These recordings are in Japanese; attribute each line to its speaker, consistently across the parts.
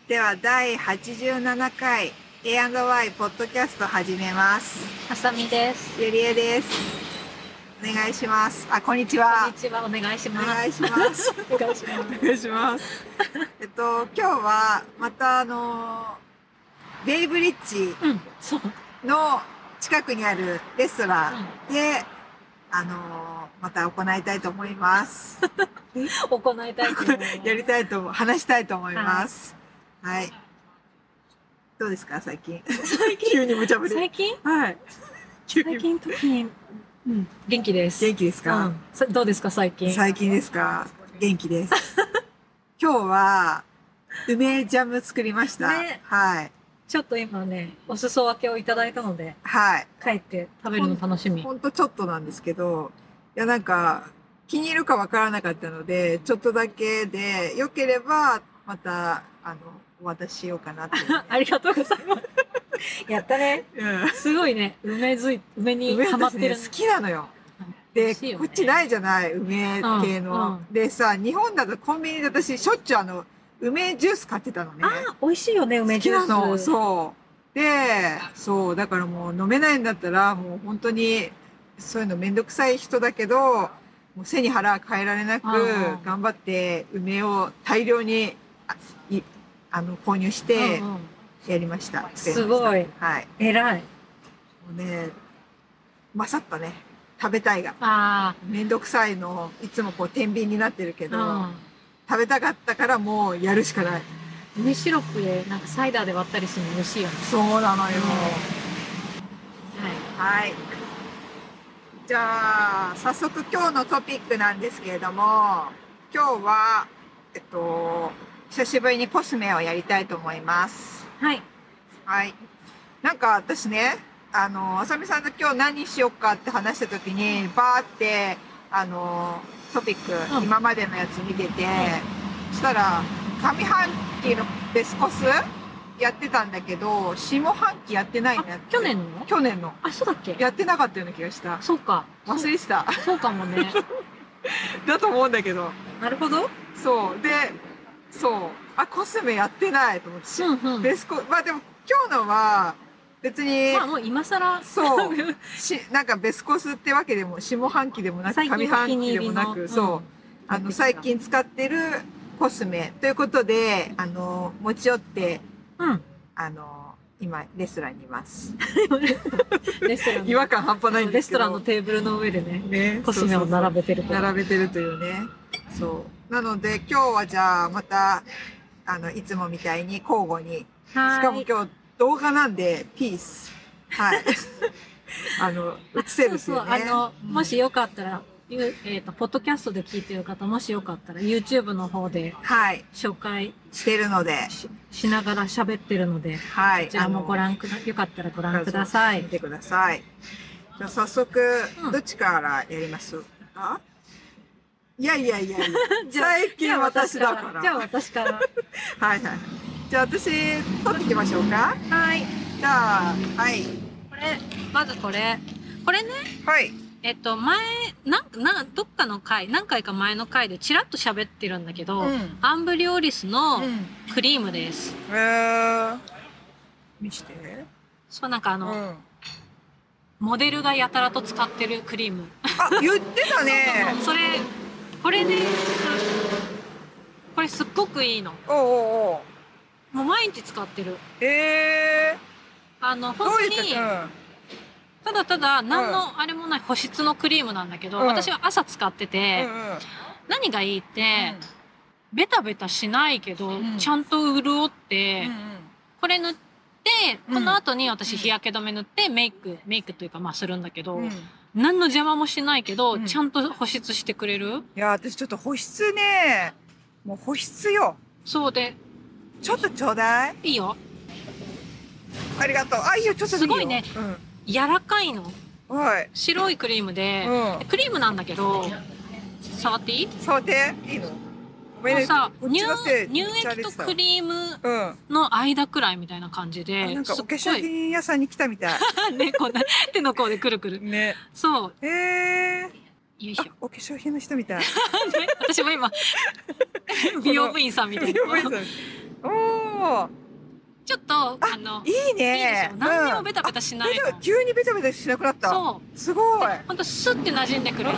Speaker 1: では第87回 A&Y ポッドキャスト始めます。
Speaker 2: あさみです。
Speaker 1: ゆりえです。お願いします。あ、こんにちは。
Speaker 2: こんにちは。お願いします。
Speaker 1: お願いします。
Speaker 2: お願いします。
Speaker 1: お願いします。今日はまたベイブリッジの近くにあるレストランで、また行いたいと思います。
Speaker 2: 行いたいと思います。
Speaker 1: やりたいと話したいと思います。はい。どうですか最近？急に無茶ぶり。
Speaker 2: 最近？
Speaker 1: はい。
Speaker 2: 最近特に、元気です。
Speaker 1: 元気ですか？
Speaker 2: どうですか最近？
Speaker 1: 最近ですか？元気です。今日は梅ジャム作りました。
Speaker 2: ね、
Speaker 1: はい。
Speaker 2: ちょっと今ね、お裾分けをいただいたので、
Speaker 1: はい。
Speaker 2: 帰って食べるの楽しみ。
Speaker 1: ほんとちょっとなんですけど、いやなんか気に入るかわからなかったので、ちょっとだけで良ければまたお渡ししようかなって、ね。
Speaker 2: ありがとうございます。やったね。すごいね。梅にハマってる、
Speaker 1: ね。好きなのよ。で、こっちないじゃない、梅系の。でさ、日本だとコンビニで私しょっちゅう梅ジュース買ってたのね。
Speaker 2: 美味しいよね、梅ジュース。
Speaker 1: 好きなの、そう。で、そう、だからもう飲めないんだったら、もう本当に、そういうのめんどくさい人だけど、もう背に腹は変えられなく、頑張って梅を大量に購入して、やりました。
Speaker 2: すごい。
Speaker 1: はい。
Speaker 2: 偉い。
Speaker 1: もうね、勝ったね。食べたいが。めんどくさいの、いつもこう天秤になってるけど、食べたかったからもうやるしかない。
Speaker 2: 梅シロップでなんかサイダーで割ったりするの美味しいよね。
Speaker 1: そうなのよ。はい。じゃあ、早速今日のトピックなんですけれども、今日は、久しぶりにコスメをやりたいと思います。
Speaker 2: はい。
Speaker 1: はい。なんか私ね、あさみさんと今日何しよっかって話した時に、バーって、トピック、今までのやつ見てて、そしたら、上半期のベスコスやってたんだけど、下半期やってないんだって。
Speaker 2: 去年の？
Speaker 1: 去年の。
Speaker 2: あ、そうだっけ？
Speaker 1: やってなかったような気がした。
Speaker 2: そうか。
Speaker 1: 忘れてた。
Speaker 2: そうかもね。
Speaker 1: だと思うんだけど。
Speaker 2: なるほど。
Speaker 1: そう。で、そう。コスメやってないと思って。ベスコ、まあでも今日のは、別に。
Speaker 2: まあもう今更。
Speaker 1: そう。なんかベスコスってわけでも、下半期でもなく、上半期でもなく、そう。最近使ってるコスメということで、持ち寄って、今、レストランにいます。
Speaker 2: レストラン。
Speaker 1: 違和感半端ないんですけど。
Speaker 2: レストランのテーブルの上でね、コスメを並べてると。
Speaker 1: 並べてるというね。そう。なので、今日はじゃあ、また、いつもみたいに交互に。しかも今日、動画なんで、ピース。はい。映せるっていうね。
Speaker 2: もしよかったら、ポッドキャストで聞いてる方、もしよかったら、YouTube の方で、紹介
Speaker 1: してるので、
Speaker 2: しながら喋ってるので、
Speaker 1: はい。
Speaker 2: こちらもよかったらご覧ください。
Speaker 1: 見てください。じゃあ早速、どっちからやりますか？いや。最近私だから。
Speaker 2: じゃあ私から。
Speaker 1: はい。じゃあ私、撮っていきましょうか？
Speaker 2: はい。
Speaker 1: じゃあ、はい。
Speaker 2: まずこれね。
Speaker 1: はい。
Speaker 2: どっかの回、何回か前の回でチラッと喋ってるんだけど、アンブリオリスのクリームです。
Speaker 1: 見して。
Speaker 2: そう、なんかモデルがやたらと使ってるクリーム。
Speaker 1: 言ってたね。
Speaker 2: これです。これすっごくいいの。もう毎日使ってる。本当に、ただ何のあれもない保湿のクリームなんだけど、私は朝使ってて、何がいいって、ベタベタしないけど、ちゃんと潤って、これ塗って、この後に私日焼け止め塗ってメイクというかするんだけど、何の邪魔もしないけど、ちゃんと保湿してくれる。
Speaker 1: いや、私ちょっと保湿ね、もう保湿よ。
Speaker 2: そうで。
Speaker 1: ちょっとちょうだい？い
Speaker 2: いよ。
Speaker 1: ありがとう。いいよ、ちょっと
Speaker 2: すごいね。柔らかいの。白いクリームで、クリームなんだけど、触っていい？
Speaker 1: 触っていいの？
Speaker 2: もうさ、乳液とクリームの間くらいみたいな感じで、
Speaker 1: なんかお化粧品屋さんに来たみたい。
Speaker 2: ね、こんな手の甲でくるくる。
Speaker 1: ね。
Speaker 2: そう。
Speaker 1: よ
Speaker 2: いしょ。
Speaker 1: お化粧品の人みたい。
Speaker 2: 私も今、美容部員さんみたいな。
Speaker 1: おお。
Speaker 2: ちょっと
Speaker 1: いい
Speaker 2: いいで
Speaker 1: ね。
Speaker 2: しょ。何にもベタベタしないの。
Speaker 1: 急にベタベタしなくなった。
Speaker 2: そう。
Speaker 1: すごい。
Speaker 2: ほんとスッて馴染んでくれて、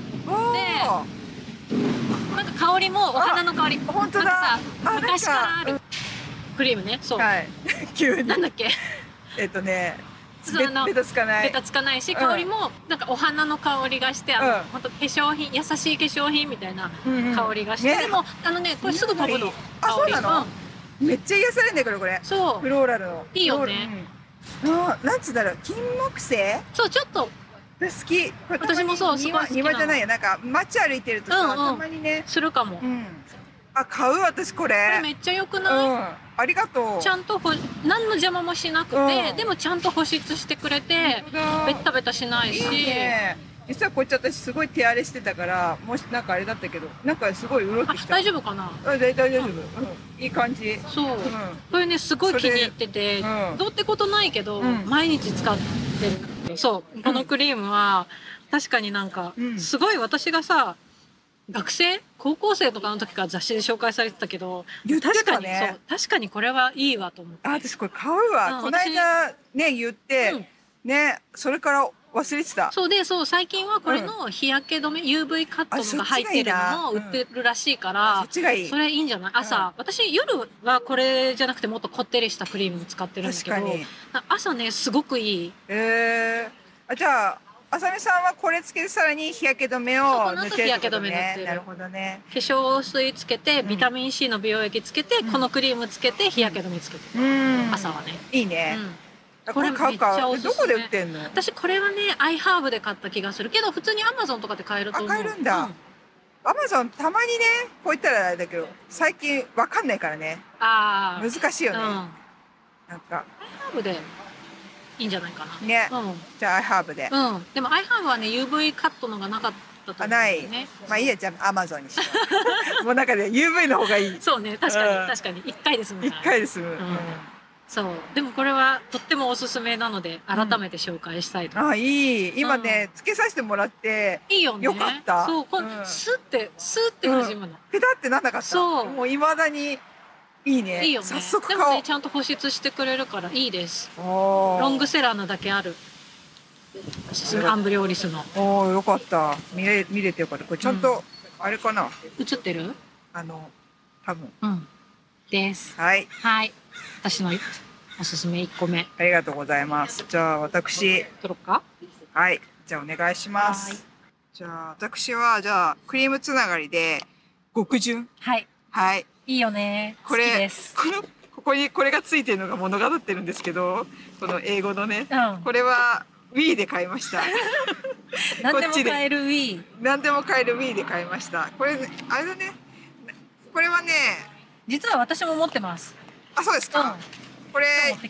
Speaker 2: なんか香りもお花の香り。
Speaker 1: 本当だ。
Speaker 2: なんかさ、昔からあるクリームね。そう。
Speaker 1: はい。急に。
Speaker 2: なんだっけ。
Speaker 1: ベタつかない。
Speaker 2: ベタつかないし、香りもなんかお花の香りがして、本当化粧品、優しい化粧品みたいな香りがして、でもこれすぐ飛ぶの。
Speaker 1: あ、そうなの？めっちゃ癒されるんだけどこれ。
Speaker 2: そう。
Speaker 1: フローラルの。
Speaker 2: いいよね。
Speaker 1: なんつうんだろう、金木犀？
Speaker 2: そう、ちょっと。
Speaker 1: 好き。
Speaker 2: 私もそう、すごい好き。
Speaker 1: 庭じゃないよ。なんか街歩いてるとさ、たまにね。
Speaker 2: するかも。
Speaker 1: あ、買う私これ。
Speaker 2: これめっちゃ良くない？
Speaker 1: ありがとう。
Speaker 2: ちゃんと何の邪魔もしなくて、でもちゃんと保湿してくれて、ベタベタしないし。
Speaker 1: 実はこっち私すごい手荒れしてたから、もしなんかあれだったけど、なんかすごい潤ってきた。
Speaker 2: 大丈夫かな？
Speaker 1: 大丈夫。いい感じ。
Speaker 2: そう。これねすごい気に入ってて、どうってことないけど毎日使ってる。そう。このクリームは確かになんかすごい私がさ。学生高校生とかの時から雑誌で紹介されてたけど、確かにこれはいいわと思って。
Speaker 1: 私これ買うわ。この間ね言ってね、それから忘れてた。
Speaker 2: そう最近はこれの日焼け止め UV カットのが入ってるのも売ってるらしいから、それいいんじゃない？朝私夜はこれじゃなくてもっとこってりしたクリーム使ってるんだけど、朝ねすごくいい。
Speaker 1: じゃああさみさんはこれつけてさらに日焼け止めを塗ってるってことね。なるほどね。
Speaker 2: 化粧水つけてビタミン C の美容液つけて、このクリームつけて日焼け止めつけて、朝はね。
Speaker 1: いいね。これ買うか。どこで売ってんの？
Speaker 2: 私これはねアイハーブで買った気がするけど、普通にアマゾンとかで買えると思う。
Speaker 1: 買えるんだ。アマゾンたまにねこう言ったらあれだけど最近わかんないからね。難しいよね。なんか
Speaker 2: アイハーブでいいんじゃないかな。
Speaker 1: ね。じゃあアイハーブで。
Speaker 2: でもアイハーブはね UV カットのがなかったと思うんだよね。
Speaker 1: まあいいや、じゃあアマゾンにしよう。もうなんかね UV の方がいい。
Speaker 2: そうね、確かに1回で済む。
Speaker 1: 1回で済む。
Speaker 2: そう。でもこれはとってもおすすめなので改めて紹介したいと思います。
Speaker 1: いい。今ねつけさせてもらって
Speaker 2: いいよね。
Speaker 1: よかった。
Speaker 2: そう、スって始まるの。
Speaker 1: ペタってなんなかった。そう。もう未だに。いいね。
Speaker 2: いいよね。
Speaker 1: 早速
Speaker 2: でもね、ちゃんと保湿してくれるからいいです。ロングセラーなだけある。アンブリオリスの。
Speaker 1: よかった。見れてよかった。これちゃんと、あれかな。
Speaker 2: 映ってる？
Speaker 1: 多分。
Speaker 2: です。
Speaker 1: はい。
Speaker 2: 私のおすすめ1個目。
Speaker 1: ありがとうございます。じゃあ私。
Speaker 2: 取ろうか？
Speaker 1: はい。じゃあお願いします。じゃあ私はクリームつながりで極潤。はい。
Speaker 2: いいよね。
Speaker 1: これここにこれがついてるのが物語ってるんですけど、この英語のね、これは Wii で買いました。
Speaker 2: 何でも買える Wii。
Speaker 1: 何でも買える Wii で買いました。これあれだね。これはね、
Speaker 2: 実は私も持ってます。
Speaker 1: あ、そうですか。これ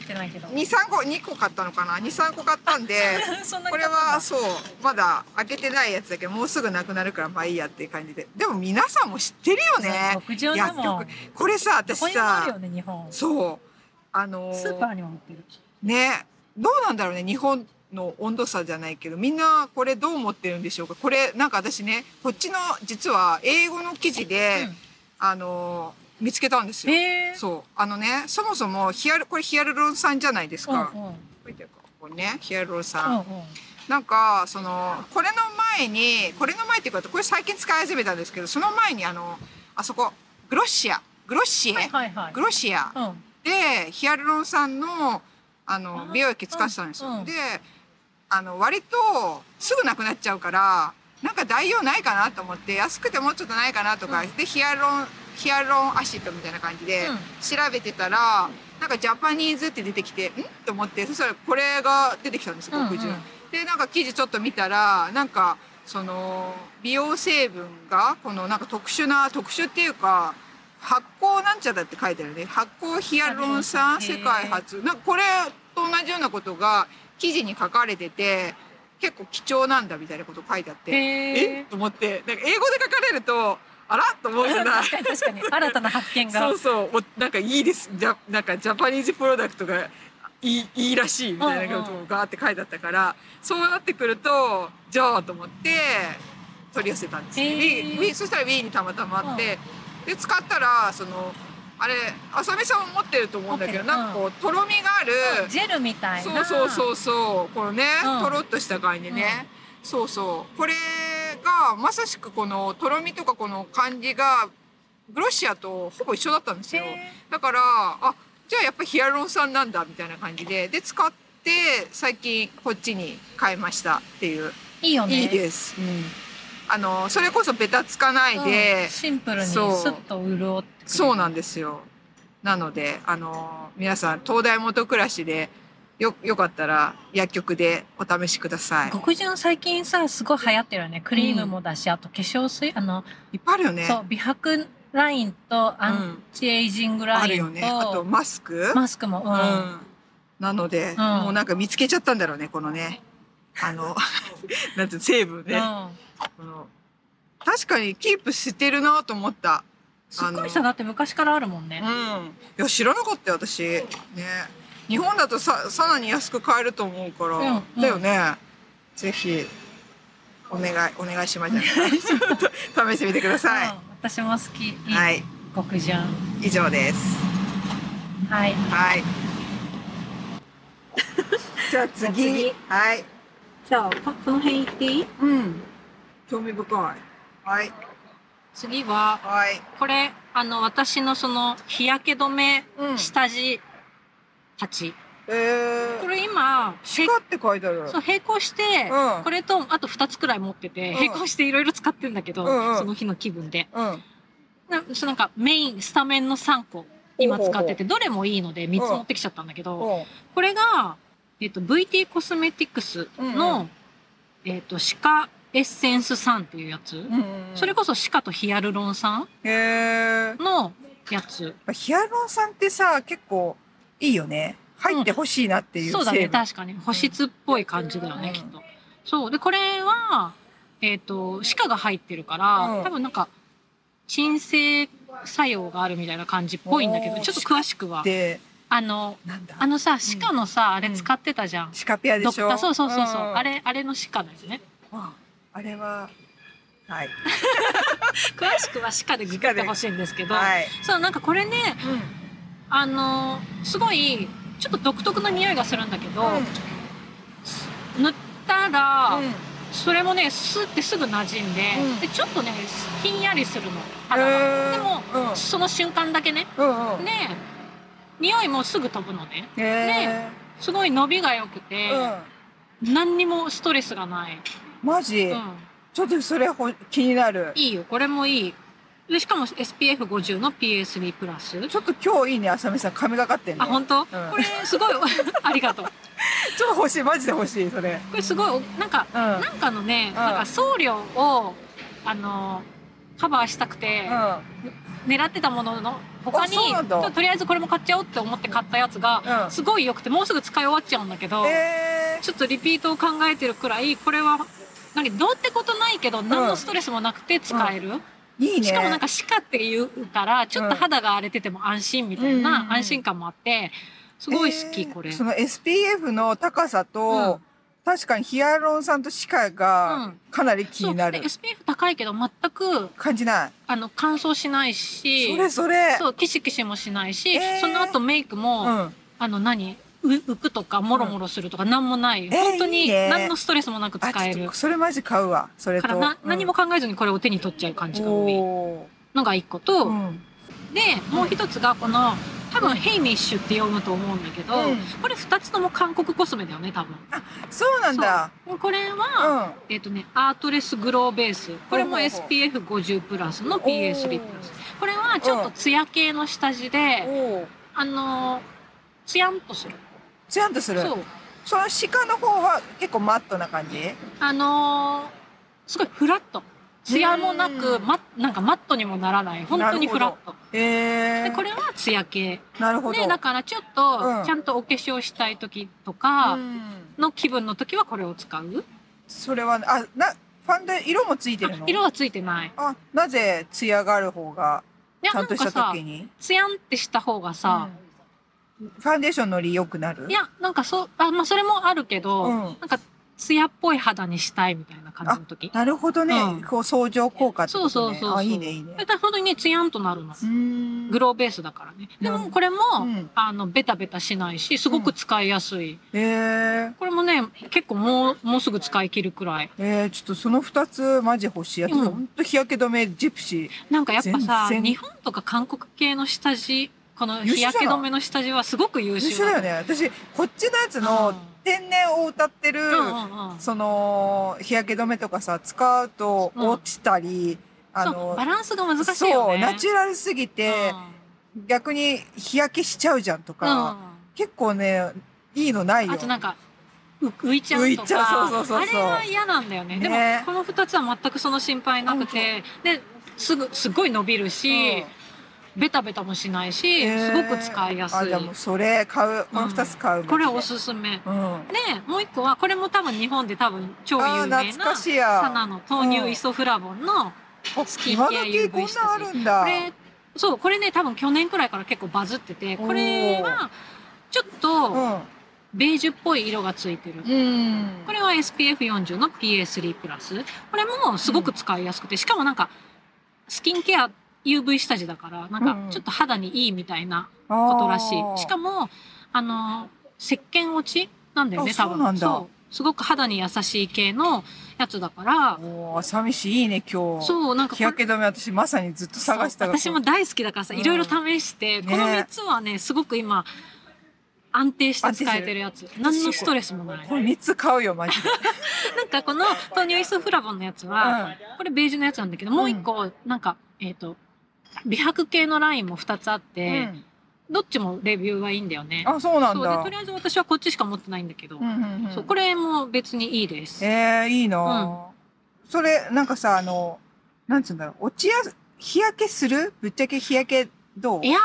Speaker 1: 2個買ったのかな。2、3個買ったんで、これはそうまだ開けてないやつだけどもうすぐなくなるからまあいいやっていう感じで。でも皆さんも知ってるよね。薬局。これさ私さ、そう
Speaker 2: スーパーにも売ってる
Speaker 1: ね。どうなんだろうね、日本の温度差じゃないけどみんなこれどう思ってるんでしょうか。これなんか私ねこっちの実は英語の記事で、見つけたんですよ。そうそもそもこれヒアルロン酸じゃないですか。これねヒアルロン酸。なんかこれの前っていうかこれ最近使い始めたんですけど、その前にあそこグロシアでヒアルロン酸の美容液使ってたんですよ。で割とすぐなくなっちゃうからなんか代用ないかなと思って安くてもうちょっとないかなとかでヒアルロンアシッドみたいな感じで調べてたらなんかジャパニーズって出てきてと思って、そしたらこれが出てきたんですよ極潤。でなんか記事ちょっと見たらなんか美容成分がこのなんか特殊っていうか発酵なんちゃだって書いてあるね。発酵ヒアルロン酸世界初なんかこれと同じようなことが記事に書かれてて結構貴重なんだみたいなこと書いてあってと思ってなんか英語で書かれるとあらと思うような
Speaker 2: 確かに新たな発見が
Speaker 1: そうなんかいいですなんかジャパニーズプロダクトがいいらしいみたいなことがガーって書いてあったからそうなってくるとじゃあと思って取り寄せたんです。そしたら Wii にたまたまあってで使ったらあれあさみさんも持ってると思うんだけど、
Speaker 2: 持ってる
Speaker 1: なんかこうとろみがある、
Speaker 2: ジェルみたいな。
Speaker 1: そうこのね、とろっとした感じね、そうこれがまさしくこのとろみとかこの感じがグロッシアとほぼ一緒だったんですよ。だからじゃあやっぱヒアルロン酸なんだみたいな感じで使って最近こっちに変えましたっていう。
Speaker 2: いいよね。
Speaker 1: いいです。それこそベタつかないで、
Speaker 2: シンプルにスッと潤って。
Speaker 1: そうなんですよ。なので皆さん東大元暮らしでよかったら薬局でお試しください。
Speaker 2: 極潤最近さすごい流行ってるよね。クリームもだし、あと化粧水
Speaker 1: いっぱいあるよね。
Speaker 2: そう美白ラインとアンチエイジングラインと、
Speaker 1: あるよね。あとマスク
Speaker 2: も、
Speaker 1: なので、もうなんか見つけちゃったんだろうねこのねなんて成分ね、確かにキープしてるなと思った。
Speaker 2: すっごいさだって昔からあるもんね。
Speaker 1: いや知らなかったよ私ね。日本だとさらに安く買えると思うから、だよね。ぜひお願いします。試してみてください。
Speaker 2: 私も好き。
Speaker 1: はい。
Speaker 2: 極潤。
Speaker 1: 以上です。
Speaker 2: はい。
Speaker 1: じゃあ次。はい。
Speaker 2: じゃあこの辺行っていい？
Speaker 1: 興味深い。はい。
Speaker 2: 次は、これ私のその日焼け止め下地たち。これ今
Speaker 1: シカって書いてある。
Speaker 2: そう並行して、これとあと2つくらい持ってて、並行していろいろ使ってるんだけど、その日の気分で。なんかメインスタメンの3個今使ってて、どれもいいので3つ持ってきちゃったんだけど、これがVT コスメティクスのシカエッセンス酸っていうやつ、それこそシカとヒアルロン酸のやつ。
Speaker 1: ヒアルロン酸ってさ結構いいよね。入ってほしいなっていう、
Speaker 2: そうだね、確かに保湿っぽい感じだよね、きっと。そうでこれはシカが入ってるから、多分なんか鎮静作用があるみたいな感じっぽいんだけど、ちょっと詳しくは。さシカのさあれ使ってたじゃん。
Speaker 1: シカペアでしょ。
Speaker 2: そうあれのシカですね。
Speaker 1: あれははい
Speaker 2: 詳しくはシカでググってほしいんですけど、そうなんかこれね、すごいちょっと独特な匂いがするんだけど、塗ったら、それもねスッてすぐ馴染んで、でちょっとねひんやりするの肌が。でも、その瞬間だけね。で匂いもすぐ飛ぶのね。ですごい伸びが良くて、何にもストレスがない。
Speaker 1: マジ？ちょっとそれ気になる。
Speaker 2: いいよ、これもいい。でしかも SPF50 の PA3 プラス。
Speaker 1: ちょっと今日いいね、あさみさん髪がかってんの。
Speaker 2: 本当？これすごいありがとう。
Speaker 1: ちょっと欲しい、マジで欲しいそれ。
Speaker 2: これすごいなんかのね、なんか送料をカバーしたくて狙ってたものの他にとりあえずこれも買っちゃおうって思って買ったやつがすごい良くて、もうすぐ使い終わっちゃうんだけど、ちょっとリピートを考えてるくらいこれはなんかどうってことないけど何のストレスもなくて使える。いいね。しかもなんかシカって言うからちょっと肌が荒れてても安心みたいな安心感もあってすごい好きこれ。
Speaker 1: その SPF の高さと、確かにヒアルロン酸とシカがかなり気になる。
Speaker 2: SPF 高いけど全く
Speaker 1: 感じない。
Speaker 2: 乾燥しないし、
Speaker 1: それ。
Speaker 2: そうキシキシもしないし、その後メイクも浮くとかモロモロするとか何もない、本当に何のストレスもなく使える。
Speaker 1: それマジ買うわ。それと
Speaker 2: から何も考えずにこれを手に取っちゃう感じが多いのが一個と、でもう一つがこの多分ヘイミッシュって読むと思うんだけど、これ2つとも韓国コスメだよね多分。
Speaker 1: そうなんだ。
Speaker 2: これはアートレスグローベース、これも SPF50 プラスの PA3 プラス。これはちょっとツヤ系の下地でツヤンとする。
Speaker 1: ツヤンとする。そのシカの方は結構マットな感じ？
Speaker 2: すごいフラット。ツヤもなくなんかマットにもならない本当にフラット。でこれはツヤ系。
Speaker 1: なるほど。
Speaker 2: だからちょっとちゃんとお化粧したい時とかの気分の時はこれを使う。
Speaker 1: それはファンデ色もついてるの？
Speaker 2: 色はついてない。
Speaker 1: なぜツヤがある方がちゃんとした時に？
Speaker 2: ツヤンってした方がさ、
Speaker 1: ファンデーションのり良くなる？
Speaker 2: いやなんかそれもあるけど、なんかツヤっぽい肌にしたいみたいな感じの時。
Speaker 1: なるほどね。こう相乗効果ってことね。
Speaker 2: そうそうそう。
Speaker 1: あ、いいねいいね。
Speaker 2: だから本当にね、ツヤンとなるの。グローベースだからね。でもこれも、ベタベタしないし、すごく使いやすい。これもね、結構もうすぐ使い切るくらい。
Speaker 1: ちょっとその2つマジ欲しい。ほんと日焼け止めジプシー。
Speaker 2: なんかやっぱさ、日本とか韓国系の下地、この日焼け止めの下地はすごく優秀。
Speaker 1: 優秀だよね。私、こっちのやつの天然を謳ってる、その、日焼け止めとかさ、使うと落ちたり、
Speaker 2: バランスが難しいよね。
Speaker 1: そう、ナチュラルすぎて、逆に日焼けしちゃうじゃんとか、結構ね、いいのないよ。
Speaker 2: あとなんか、浮いちゃうとか、あれは嫌なんだよね。でも、この2つは全くその心配なくて、で、すごい伸びるし、ベタベタもしないし、すごく使いやすい。
Speaker 1: じゃあもうそれ買う。この2つ買う。
Speaker 2: これおすすめ。で、もう1個は、これも多分日本で多分超有名な、サナの豆乳イソフラボンのスキンケア UV 下地。これね、多分去年くらいから結構バズってて、これは、ちょっと、ベージュっぽい色がついてる。これは SPF40 の PA3+。これもすごく使いやすくて、しかもなんか、スキンケア、UV 下地だから、なんかちょっと肌にいいみたいなことらしい。しかも、石鹸落ちなんだよね、多分。そう。すごく肌に優しい系のやつだから。
Speaker 1: 寂しいいね、今日。
Speaker 2: そう、なんか。
Speaker 1: 日焼け止め私まさにずっと探してた。
Speaker 2: 私も大好きだからさ、いろいろ試して、この3つはね、すごく今、安定して使えてるやつ。何のストレスもない。
Speaker 1: これ3つ買うよ、マジで。
Speaker 2: なんかこの豆乳イソフラボンのやつは、これベージュのやつなんだけど、もう1個、なんか、美白系のラインも2つあって、どっちもレビューはいいんだよね。
Speaker 1: あ、そうなんだ。
Speaker 2: とりあえず私はこっちしか持ってないんだけど、これも別にいいです。
Speaker 1: いいな。それ、なんかさ、なんつうんだろう、日焼けする？ぶっちゃけ日焼けどう？
Speaker 2: いや、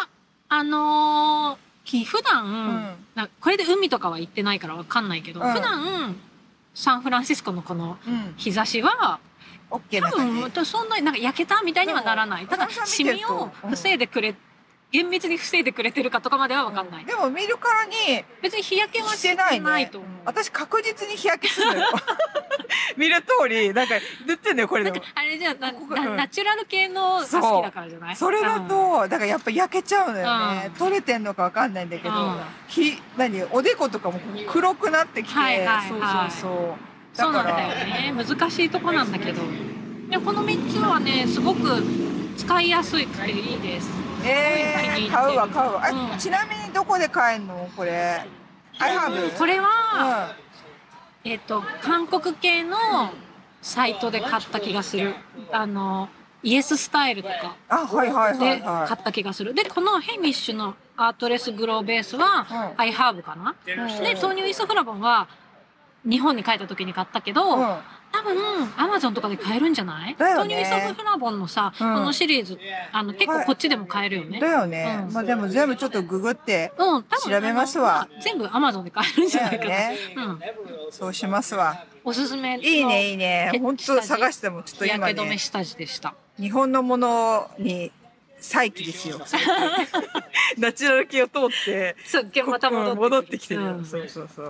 Speaker 2: 普段、これで海とかは行ってないからわかんないけど、普段、サンフランシスコのこの日差しは、
Speaker 1: オッケーな感じ。
Speaker 2: 多分そんなになんか焼けたみたいにはならない。ただシミを防いでくれ、厳密に防いでくれてるかとかまでは分かんない。
Speaker 1: でも見るからに
Speaker 2: 別に日焼けはしてないと思う。
Speaker 1: 私確実に日焼けするのよ。見る通りなんか塗ってんだよこれでも。
Speaker 2: あれじゃナチュラル系のが好きだからじゃない？
Speaker 1: それだとだからやっぱ焼けちゃうのよね。取れてんのか分かんないんだけど、おでことかも黒くなってきて、そうそうそう。
Speaker 2: そうなんだよね。難しいとこなんだけど。でこの3つはね、すごく使いやすくていいです。
Speaker 1: 買うわ。ちなみにどこで買えるのこれ？
Speaker 2: これは、韓国系のサイトで買った気がする。イエススタイルとかで買った気がする。で、このヘミッシュのアートレスグローベースは、アイハーブかな。で、豆乳イソフラボンは、日本に帰った時に買ったけど、多分アマゾンとかで買えるんじゃない？豆乳イソフラボンのさ、このシリーズ結構こっちでも買えるよね。
Speaker 1: だよね。まあでも全部ちょっとググって調べますわ。
Speaker 2: 全部アマゾンで買えるんじゃないかな。
Speaker 1: そうしますわ。
Speaker 2: おすすめ。
Speaker 1: いいね。本当探してもちょっと今ね。
Speaker 2: 日焼け止め下地でした。
Speaker 1: 日本のものに再起ですよ。ナチュラル系を通って、
Speaker 2: また
Speaker 1: 戻ってきてる。そう。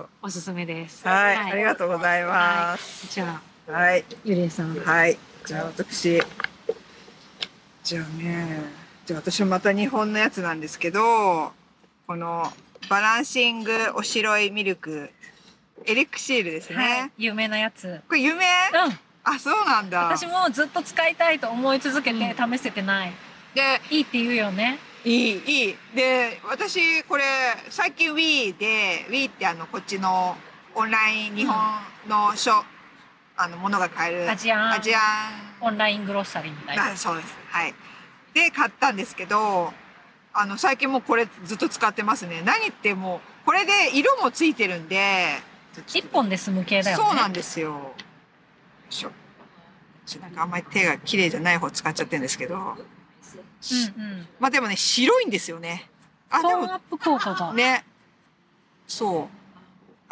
Speaker 2: おすすめです。
Speaker 1: はい、ありがとうございます。
Speaker 2: じゃあ、
Speaker 1: はい、
Speaker 2: ゆりえさん。
Speaker 1: はい、じゃあ私、じゃあ私もまた日本のやつなんですけど、このバランシングおしろいミルクエリクシールですね。
Speaker 2: 有名なやつ。
Speaker 1: これ有名？あ、そうなんだ。
Speaker 2: 私もずっと使いたいと思い続けて試せてない。で、いいって言うよね。
Speaker 1: いい。で、私、これ、最近 Wii ってこっちのオンライン、日本のものが買える。アジアン。
Speaker 2: オンライングロッサリーみたいな。
Speaker 1: そうです。はい。で、買ったんですけど、最近もうこれずっと使ってますね。何ってもう、これで色もついてるんで。
Speaker 2: 一本で済む系だよね。
Speaker 1: そうなんですよ。なんかあんまり手が綺麗じゃない方使っちゃってるんですけど。まあでもね、白いんですよね。
Speaker 2: トーンアップ効果が。
Speaker 1: ね。そう。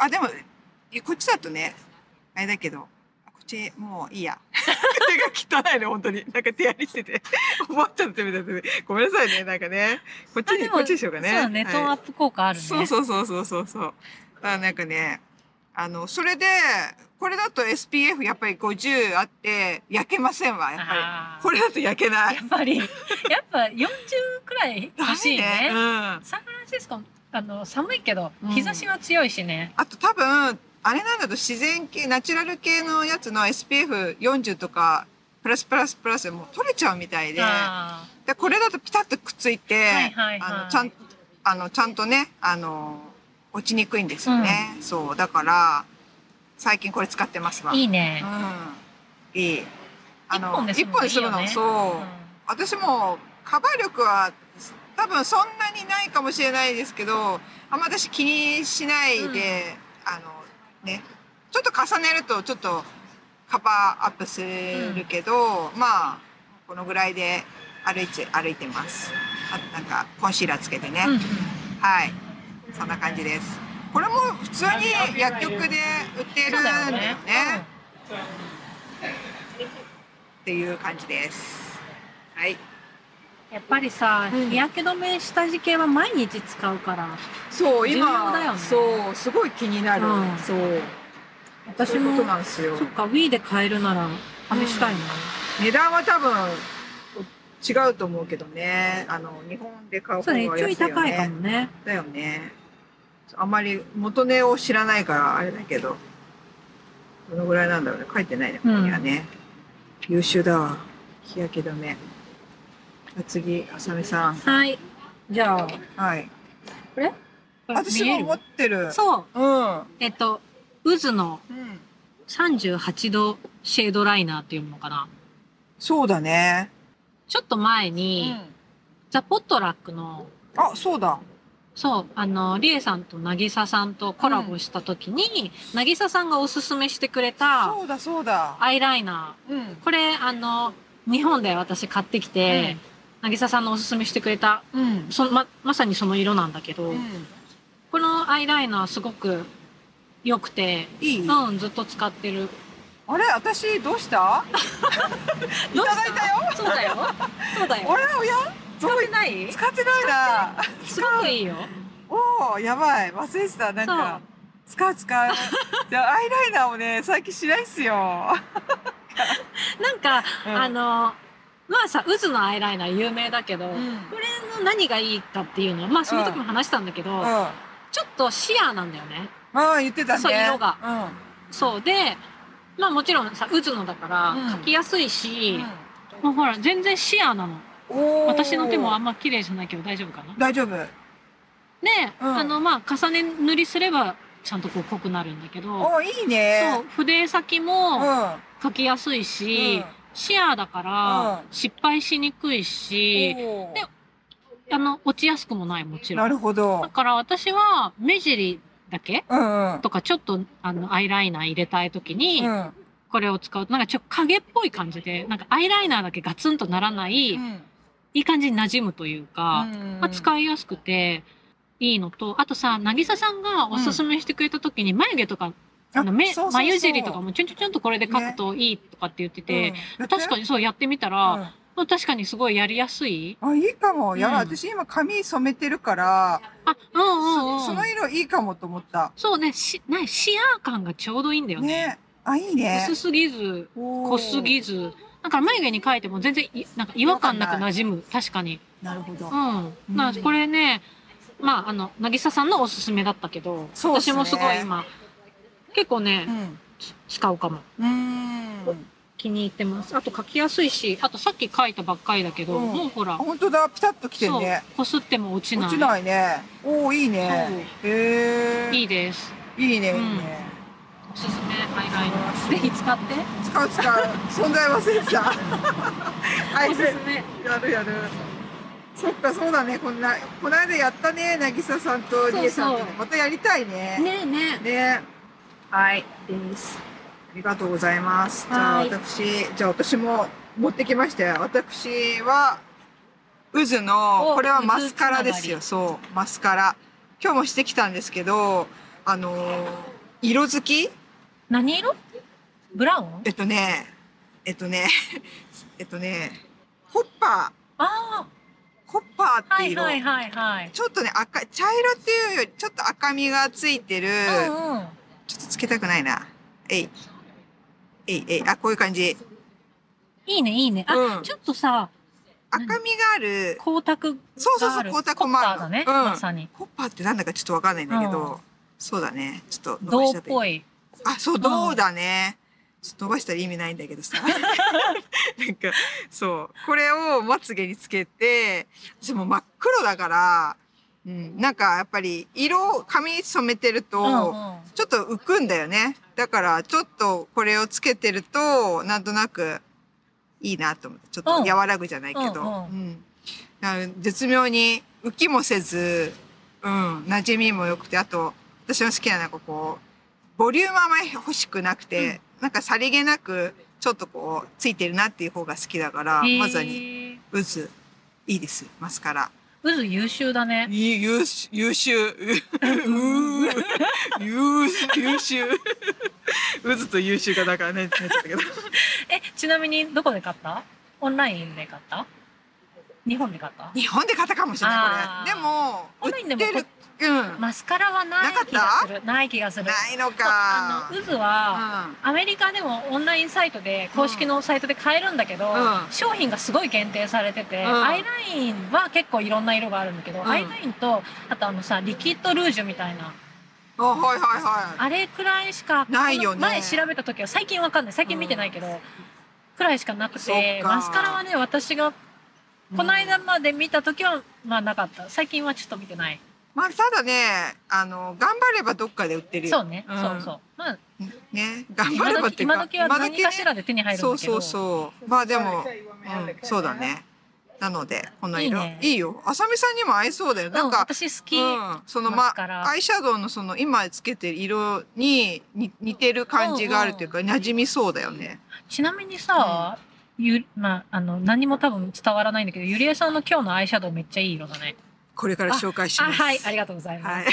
Speaker 1: でも、こっちだとね、あれだけど、こっちもういいや。手が汚いね、本当に。なんか手やりしてて。おばあちゃんの手みたいな。ごめんなさいね、なんかね。こっちにしようかね。
Speaker 2: そうね、トーンアップ効果あるね。
Speaker 1: そう。なんかね、それで、 これだと SPF やっぱり50あって焼けませんわ、やっぱり。これだと焼けない。
Speaker 2: やっぱり、やっぱ40くらい欲しいね。サンフランシスコ、寒いけど、日差しは強いしね。
Speaker 1: あと多分、あれなんだと自然系、ナチュラル系のやつの SPF40 とか、プラスもう取れちゃうみたいで、で、これだとピタッとくっついて、ちゃんとね、落ちにくいんですよね。そう、だから、最近これ使ってますわ。
Speaker 2: いいね。
Speaker 1: いい。
Speaker 2: 一本で
Speaker 1: 済むの、そう。私もカバー力は多分そんなにないかもしれないですけど、あんま私気にしないで、ね、ちょっと重ねるとちょっとカバーアップするけど、まあ、このぐらいで歩いてます。なんかコンシーラーつけてね。はい。そんな感じです。これも普通に薬局で売ってるんだよね。っていう感じです。はい。
Speaker 2: やっぱりさ、日焼け止め下地系は毎日使うから。
Speaker 1: そう、今、
Speaker 2: 重要だよね。
Speaker 1: そう、すごい気になる。そう。
Speaker 2: 私も、そっか、Wii で買えるなら試したいな。
Speaker 1: 値段は多分違うと思うけどね。日本で買う方が安いよね。
Speaker 2: そうね、ちょい高いかもね。
Speaker 1: だよね。あんまり元値を知らないからあれだけど、どのぐらいなんだろうね。書いてないね、ここにはね。優秀だわ。日焼け止め。次、あさみさん。
Speaker 2: はい。じゃあ。
Speaker 1: はい。
Speaker 2: これ
Speaker 1: 私も持ってる。
Speaker 2: そう。渦の38度シェードライナーっていうのかな。
Speaker 1: そうだね。
Speaker 2: ちょっと前に、ザ・ポットラックの、
Speaker 1: あ、そうだ。
Speaker 2: そう、リエさんとなぎささんとコラボした時に、なぎささんがおすすめしてくれた、
Speaker 1: そうだ。
Speaker 2: アイライナー。これ、日本で私買ってきて、なぎささんのおすすめしてくれた、まさにその色なんだけど、このアイライナーすごく良くて、ずっと使ってる。
Speaker 1: あれ私、どうしたいただいたよ。
Speaker 2: そうだよ。
Speaker 1: おや
Speaker 2: 使ってない？
Speaker 1: 使ってないな。
Speaker 2: すごくいいよ。
Speaker 1: おー、やばい。忘れてた。なんか、使う。じゃあ、アイライナーをね、最近しないっすよ。
Speaker 2: なんか、まあさ、渦のアイライナー有名だけど、これの何がいいかっていうのは、まあその時も話したんだけど、ちょっとシアーなんだよね。
Speaker 1: ああ、言ってたね。
Speaker 2: そう、色が。そうで、まあもちろんさ、渦のだから描きやすいし、もうほら、全然シアーなの。私の手もあんま綺麗じゃないけど大丈夫かな？
Speaker 1: 大丈夫。
Speaker 2: で、まあ重ね塗りすればちゃんとこう濃くなるんだけど。
Speaker 1: いいね。
Speaker 2: そう、筆先も描きやすいし、シアーだから失敗しにくいし、で、落ちやすくもない、もちろん。
Speaker 1: なるほど。
Speaker 2: だから私は目尻だけとかちょっとアイライナー入れたいときに、これを使うと、なんかちょっと影っぽい感じで、なんかアイライナーだけガツンとならない、いい感じに馴染むというか、まあ、使いやすくていいのと、あとさ、なぎささんがおすすめしてくれたときに眉毛とか、眉尻とかもちょんとこれで描くといいとかって言ってて、確かにそうやってみたら、確かにすごいやりやすい。
Speaker 1: あ、いいかも。私今髪染めてるから、その色いいかもと思った。
Speaker 2: そうね、シアー感がちょうどいいんだよね。
Speaker 1: あ、いいね。
Speaker 2: 薄すぎず、濃すぎず。なんか眉毛に描いても全然なんか違和感なく馴染む。確かに。
Speaker 1: なるほど。
Speaker 2: これね、まあ、なぎささんのおすすめだったけど、私もすごい今、結構ね、使うかも。気に入ってます。あと描きやすいし、あとさっき描いたばっかりだけど、もうほら。
Speaker 1: 本当だ、ピタッときてるね。
Speaker 2: こすっても落ちない。
Speaker 1: 落ちないね。いいね。
Speaker 2: いいです。
Speaker 1: いいね。
Speaker 2: おすすめアイライナー。ぜひ使って。
Speaker 1: 使う。存在忘れてた。
Speaker 2: おすすめ。
Speaker 1: やる。そっか、そうだね。この間やったね、なぎささんとりえさんと。またやりたいね。ね。はい。です。ありがとうございます。じゃあ私も持ってきましたよ。私は、渦の、これはマスカラですよ。そう、マスカラ。今日もしてきたんですけど、色づき？
Speaker 2: 何色？ブラウン？
Speaker 1: ホッパー。ホッパーって色。ちょっとね、茶色っていうより、ちょっと赤みがついてる。ちょっとつけたくないな。 あ、こういう感じ。
Speaker 2: いいね、いいね。ちょっとさ、
Speaker 1: 赤みがある。
Speaker 2: 光沢がある。
Speaker 1: そう、光沢もある。
Speaker 2: コッパーだね、まさに。
Speaker 1: コッパーってなんだかちょっとわかんないんだけど、そうだね。ちょっと
Speaker 2: 伸ばしちゃって。銅っぽい。
Speaker 1: あ、そう、銅だね。ちょっと伸ばしたら意味ないんだけどさ。なんか、そう。これをまつげにつけて、私も真っ黒だから、なんかやっぱり髪染めてると、ちょっと浮くんだよね。だからちょっとこれをつけてると、なんとなくいいなと思って、ちょっと和らぐじゃないけど、絶妙に浮きもせず、馴染みも良くて、あと、私の好きななんかこう、ボリュームあまり欲しくなくて、なんかさりげなく、ちょっとこう、ついてるなっていう方が好きだから、まさに、渦、いいです、マスカラ。
Speaker 2: 渦優秀だね。
Speaker 1: 優秀。優秀。渦と優秀がだからね、ちゃったけど。
Speaker 2: ちなみにどこで買った？オンラインで買った？日本で買った？
Speaker 1: 日本で買ったかもしれない、これ。でも、
Speaker 2: オンラインでもマスカラはない気がする。ない気がする。
Speaker 1: ないのか。
Speaker 2: 渦は、アメリカでもオンラインサイトで、公式のサイトで買えるんだけど、商品がすごい限定されてて、アイラインは結構いろんな色があるんだけど、アイラインと、あとリキッドルージュみたいな。あれくらいしか、
Speaker 1: ないよね。
Speaker 2: 前調べた時は、最近わかんない。最近見てないけど、くらいしかなくて、マスカラはね、私が、この間まで見た時は、まあなかった。最近はちょっと見てない。
Speaker 1: まあ、ただね、頑張ればどっかで売ってるよ。
Speaker 2: そうね。そうそう。まあ、
Speaker 1: ね、頑張ればっていうか。
Speaker 2: 今時は何かしらで手に入るんだけど。
Speaker 1: そう。まあでも、そうだね。なので、この色。いいよ。あさみさんにも合いそうだよ。なんか、
Speaker 2: 私好き。
Speaker 1: アイシャドウの今つけてる色に似てる感じがあるというか、馴染みそうだよね。
Speaker 2: ちなみにさ、何も多分伝わらないんだけど、ゆりえさんの今日のアイシャドウめっちゃいい色だね。
Speaker 1: これから紹介します。
Speaker 2: はい、ありがとうございます。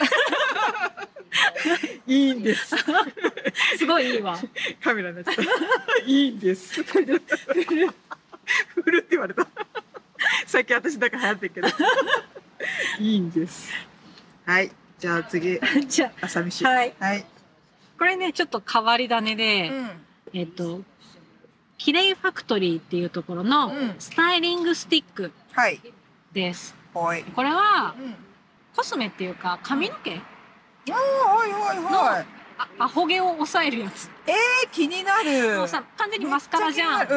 Speaker 1: いいんです。
Speaker 2: すごいいいわ。
Speaker 1: カメラになっちゃった。いいんです。振るって言われた。最近私だから流行ってるけど。いいんです。はい、じゃあ次。
Speaker 2: じゃあ、
Speaker 1: あさみし。
Speaker 2: はい。これね、ちょっと変わり種で、キレイファクトリーっていうところのスタイリングスティックです。これはコスメっていうか髪の毛のアホ毛を抑えるやつ。
Speaker 1: 気になる。
Speaker 2: もうさ、完全にマスカラじゃん。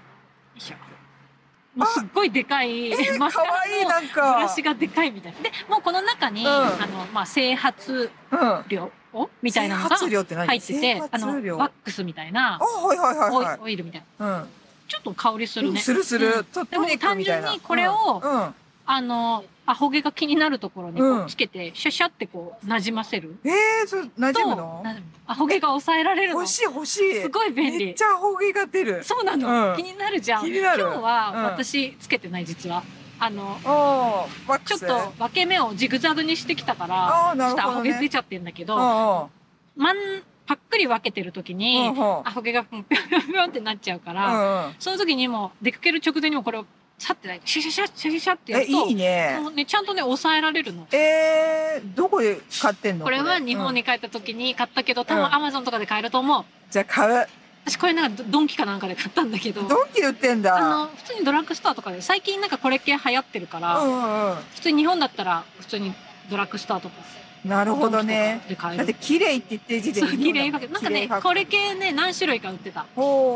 Speaker 2: もうすっごいでかいマスカラのブラシがでかいみたいな。で、もうこの中に整髪料みたいなのが入ってて、ワックスみたいな、オイルみたいな。ちょっと香りするね。
Speaker 1: する。
Speaker 2: でも単純にこれをアホ毛が気になるところにこうつけてシャシャってこう馴染ませる。
Speaker 1: そう馴染むの？
Speaker 2: アホ毛が抑えられるの。
Speaker 1: 欲しい。
Speaker 2: すごい便利。
Speaker 1: めっちゃアホ毛が出る。
Speaker 2: そうなの。気になるじゃん。今日は私つけてない実は。ちょっと分け目をジグザグにしてきたから、ちょっとアホ毛出ちゃってんだけど、パックリ分けてる時にアホ毛がピョンピョンってなっちゃうから、その時にも出かける直前にもこれをシャってないシャシャってやると
Speaker 1: いいね。
Speaker 2: ちゃんとね抑えられるの。
Speaker 1: どこで買ってんの？
Speaker 2: これは日本に帰った時に買ったけど、多分アマゾンとかで買えると思う。
Speaker 1: じゃあ買う。
Speaker 2: 私これなんかドンキかなんかで買ったんだけど。
Speaker 1: ドンキで売ってんだ。
Speaker 2: 普通にドラッグストアとかで最近なんかこれ系流行ってるから、普通に日本だったら普通にドラッグストアとか。
Speaker 1: なるほどね。だって綺麗って言ってる時点で。
Speaker 2: 綺麗なんかねこれ系ね何種類か売ってた。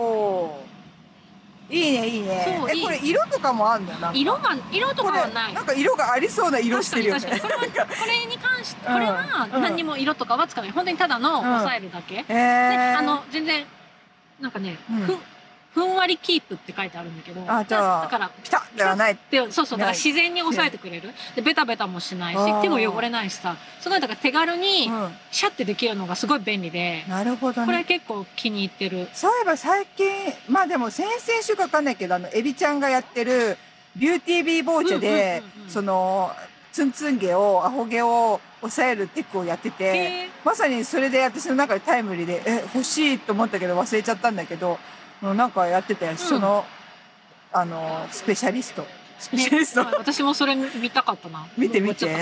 Speaker 1: いいね。これ色とかもあんの？
Speaker 2: 色とかはない。
Speaker 1: なんか色がありそうな色してるよね。
Speaker 2: これに関してこれは何にも色とかはつかない。本当にただの抑えるだけ。で全然なんかねふんわりキープって書いてあるんだけど、だから
Speaker 1: ピタッではない。
Speaker 2: そうだから自然に抑えてくれる。でベタベタもしないし手も汚れないしさ、すごいだから手軽にシャッてできるのがすごい便利で。
Speaker 1: なるほどね。
Speaker 2: これ結構気に入ってる。
Speaker 1: そういえば最近まあでも先々週かわかんないけどエビちゃんがやってるビューティービーボーチェでそのツンツン毛をアホ毛を抑えるテクをやってて、まさにそれで私の中でタイムリーで欲しいと思ったけど忘れちゃったんだけど。なんかやってたよ、そのスペシャリスト。
Speaker 2: 私もそれ見たかったな。
Speaker 1: 見て。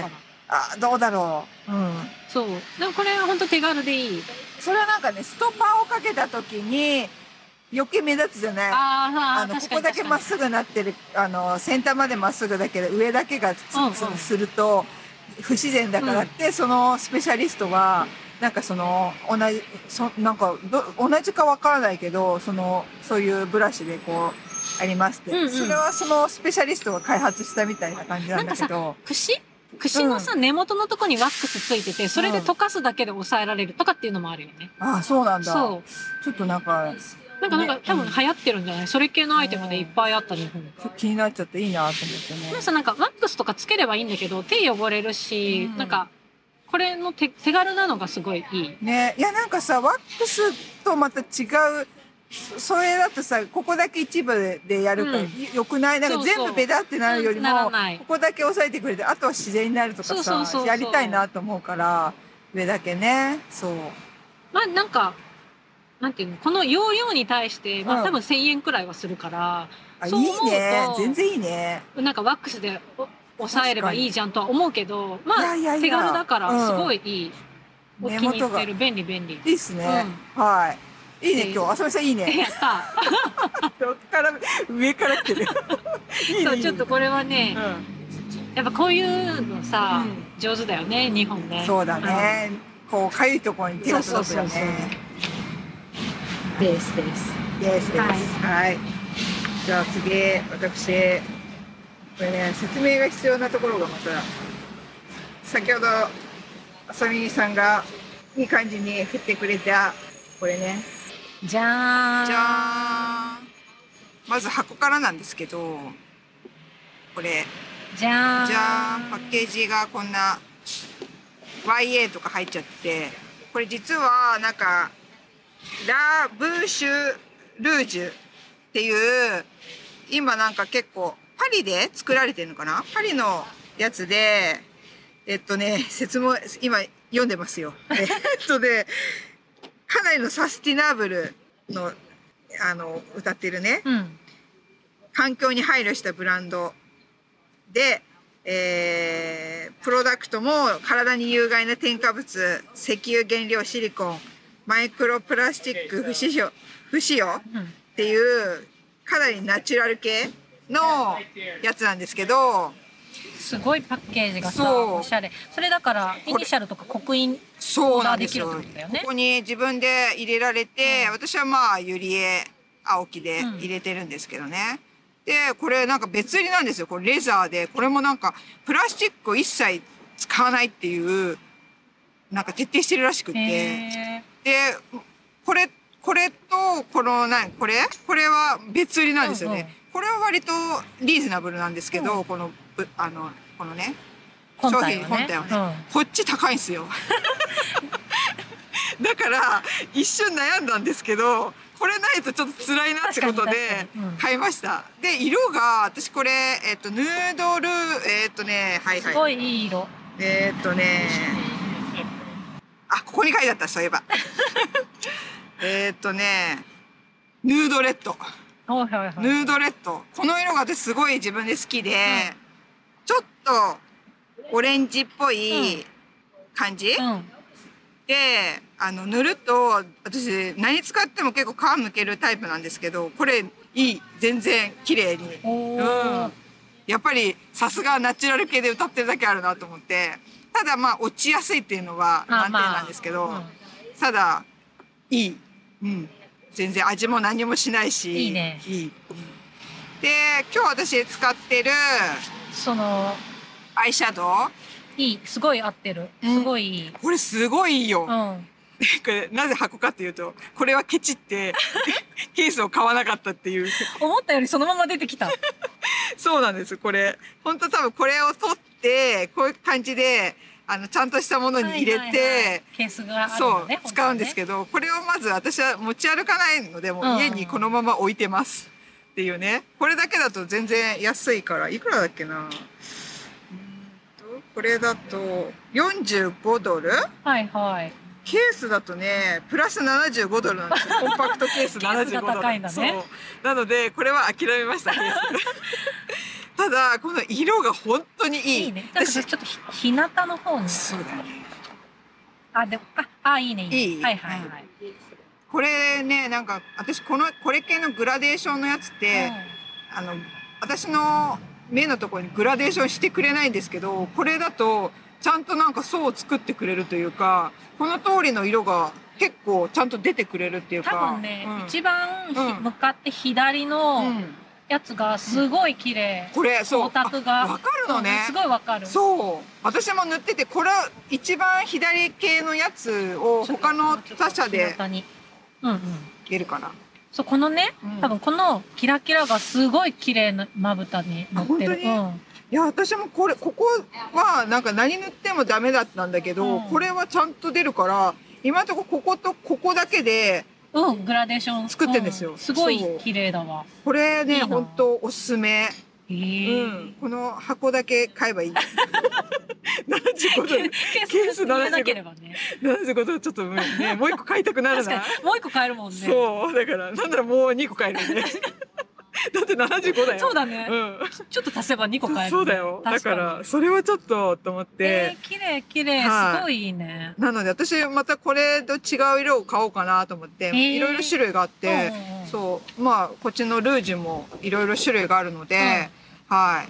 Speaker 1: あ、どうだろう。うん。
Speaker 2: そう。でもこれは本当手軽でいい。
Speaker 1: それはなんかね、ストッパーをかけた時に余計目立つじゃない。ここだけまっすぐなってる、先端までまっすぐだけど上だけがツンツンすると不自然だからって、そのスペシャリストはなんかなんか同じかわからないけど、そういうブラシでこうありますって、それはそのスペシャリストが開発したみたいな感じなんだけど。
Speaker 2: 串のさ、根元のとこにワックスついてて、それで溶かすだけで抑えられるとかっていうのもあるよね。
Speaker 1: ああ、そうなんだ。
Speaker 2: そう。
Speaker 1: ちょっとなんか
Speaker 2: 多分流行ってるんじゃない？それ系のアイテムでいっぱいあった日本。
Speaker 1: 気になっちゃっていいなと思ってね。
Speaker 2: なんかワックスとかつければいいんだけそ手汚れるし、なんか、これの手軽なのがすごいいい。
Speaker 1: ね。いや、なんかさ、ワックスとまた違う、それだとさ、ここだけ一部でやるから、よくない？なんか全部ベタってなるよりも、ここだけ押さえてくれて、あとは自然になるとかさ、やりたいなと思うから、上だけね。そう。
Speaker 2: まあなんか、なんていうの、この容量に対して、まあ多分1000円くらいはするから、
Speaker 1: そう思うといいね。全然いいね。
Speaker 2: なんかワックスで抑えればいいじゃんとは思うけど、まあ手軽だからすごいいい。お気に入ってる。便利便利。
Speaker 1: いいっすね。はい。いいね、今日。あさみさんいいね。
Speaker 2: やった。
Speaker 1: どっから上から来てる。
Speaker 2: そう、ちょっとこれはね、やっぱこういうのさ、上手だよね、日本ね。
Speaker 1: そうだね。こう、かゆいところに手が届くよね。
Speaker 2: です。
Speaker 1: はい。じゃあ次、私、これね、説明が必要なところがまた、先ほど、あさみさんがいい感じに振ってくれた、これね。
Speaker 2: じゃーん。
Speaker 1: じゃーん。まず箱からなんですけど、これ。
Speaker 2: じゃーん。
Speaker 1: じゃーん。パッケージがこんな YA とか入っちゃって、これ実はなんか、ラ・ブーシュ・ルージュっていう、今なんか結構パリで作られてるのかな？パリのやつで、説明、今読んでますよ。かなりのサスティナブルの、歌ってるね、環境に配慮したブランドで、プロダクトも体に有害な添加物、石油原料シリコン、マイクロプラスチック不使用っていうかなりナチュラル系のやつなんですけど、
Speaker 2: すごいパッケージがさ、おしゃれ。それだからイニシャルとか刻印オーダーできるってことだよね。
Speaker 1: ここに自分で入れられて、私はまあユリエ青木で入れてるんですけどね。でこれなんか別売りなんですよ。これレザーで、これもなんかプラスチックを一切使わないっていうなんか徹底してるらしくて、でこれとこのこれは別売りなんですよね。これは割とリーズナブルなんですけど、このね商品本体はね、こっち高いんですよ。だから一瞬悩んだんですけど、これないとちょっと辛いなってことで買いました。で色が私これヌードル
Speaker 2: すごいいい色。
Speaker 1: あ、ここに書いてあった、そういえば。ヌードレッド。ヌードレッド。この色が私すごい自分で好きで、ちょっとオレンジっぽい感じ、で、塗ると、私何使っても結構皮むけるタイプなんですけど、これいい。全然綺麗に。やっぱりさすがナチュラル系で歌ってるだけあるなと思って。ただまあ落ちやすいっていうのは難点なんですけど、ただいい。全然味も何もしないし。
Speaker 2: いいね。
Speaker 1: で、今日私使ってるアイシャドウ。
Speaker 2: いい。すごい合ってる。すごいいい。
Speaker 1: これすごいいいよ。これなぜ箱かっていうと、これはケチってケースを買わなかったっていう。
Speaker 2: 思ったよりそのまま出てきた。
Speaker 1: そうなんです。これ本当多分これを取ってこういう感じでちゃんとしたものに入れて
Speaker 2: ケースがある
Speaker 1: そう
Speaker 2: のね、
Speaker 1: 使うんですけど、これをまず私は持ち歩かないので、もう家にこのまま置いてますっていうね。これだけだと全然安いから、いくらだっけな。これだと45ドル。
Speaker 2: はいはい。
Speaker 1: ケースだとねプラス75ドルなんですよ。コンパクトケース75ドル。
Speaker 2: 高いんだね。
Speaker 1: そうなのでこれは諦めました。ケースただ、この色が本当にいい。
Speaker 2: いいね。私ちょっと日向の方に。
Speaker 1: そうだよね。
Speaker 2: でも、いいね、
Speaker 1: いい。
Speaker 2: はいはいはい。
Speaker 1: これね、なんか、私、これ系のグラデーションのやつって、私の目のところにグラデーションしてくれないんですけど、これだと、ちゃんとなんか層を作ってくれるというか、この通りの色が結構ちゃんと出てくれるっていうか。
Speaker 2: 多分ね、一番向かって左のやつがすごい綺麗。
Speaker 1: これ、そう。
Speaker 2: 光沢が。
Speaker 1: わかるのね。
Speaker 2: すごいわかる。
Speaker 1: そう。私も塗ってて、これ一番左系のやつを他の他社で。いけるかな。
Speaker 2: そう、このね、多分このキラキラがすごい綺麗なまぶたに乗ってる。
Speaker 1: いや、私もここはなんか何塗ってもダメだったんだけど、これはちゃんと出るから、今のところこことここだけで、
Speaker 2: グラデーション
Speaker 1: 作ってんですよ。
Speaker 2: すごい綺麗だわ。
Speaker 1: これね、本当おすすめ。この箱だけ買えばいい。75ドル。ケース75ドルちょっとね、もう一個買いたくなるな。
Speaker 2: もう一個買えるもんね。
Speaker 1: そう、だから、なんならもう2個買えるね。だって75だよ。
Speaker 2: そうだね。ちょっと足せば2個買える。
Speaker 1: そうだよ。だから、それはちょっと、と思って。
Speaker 2: 綺麗綺麗。すごいいいね。
Speaker 1: なので、私またこれと違う色を買おうかなと思って、いろいろ種類があって、そう、まあ、こっちのルージュもいろいろ種類があるので、はい、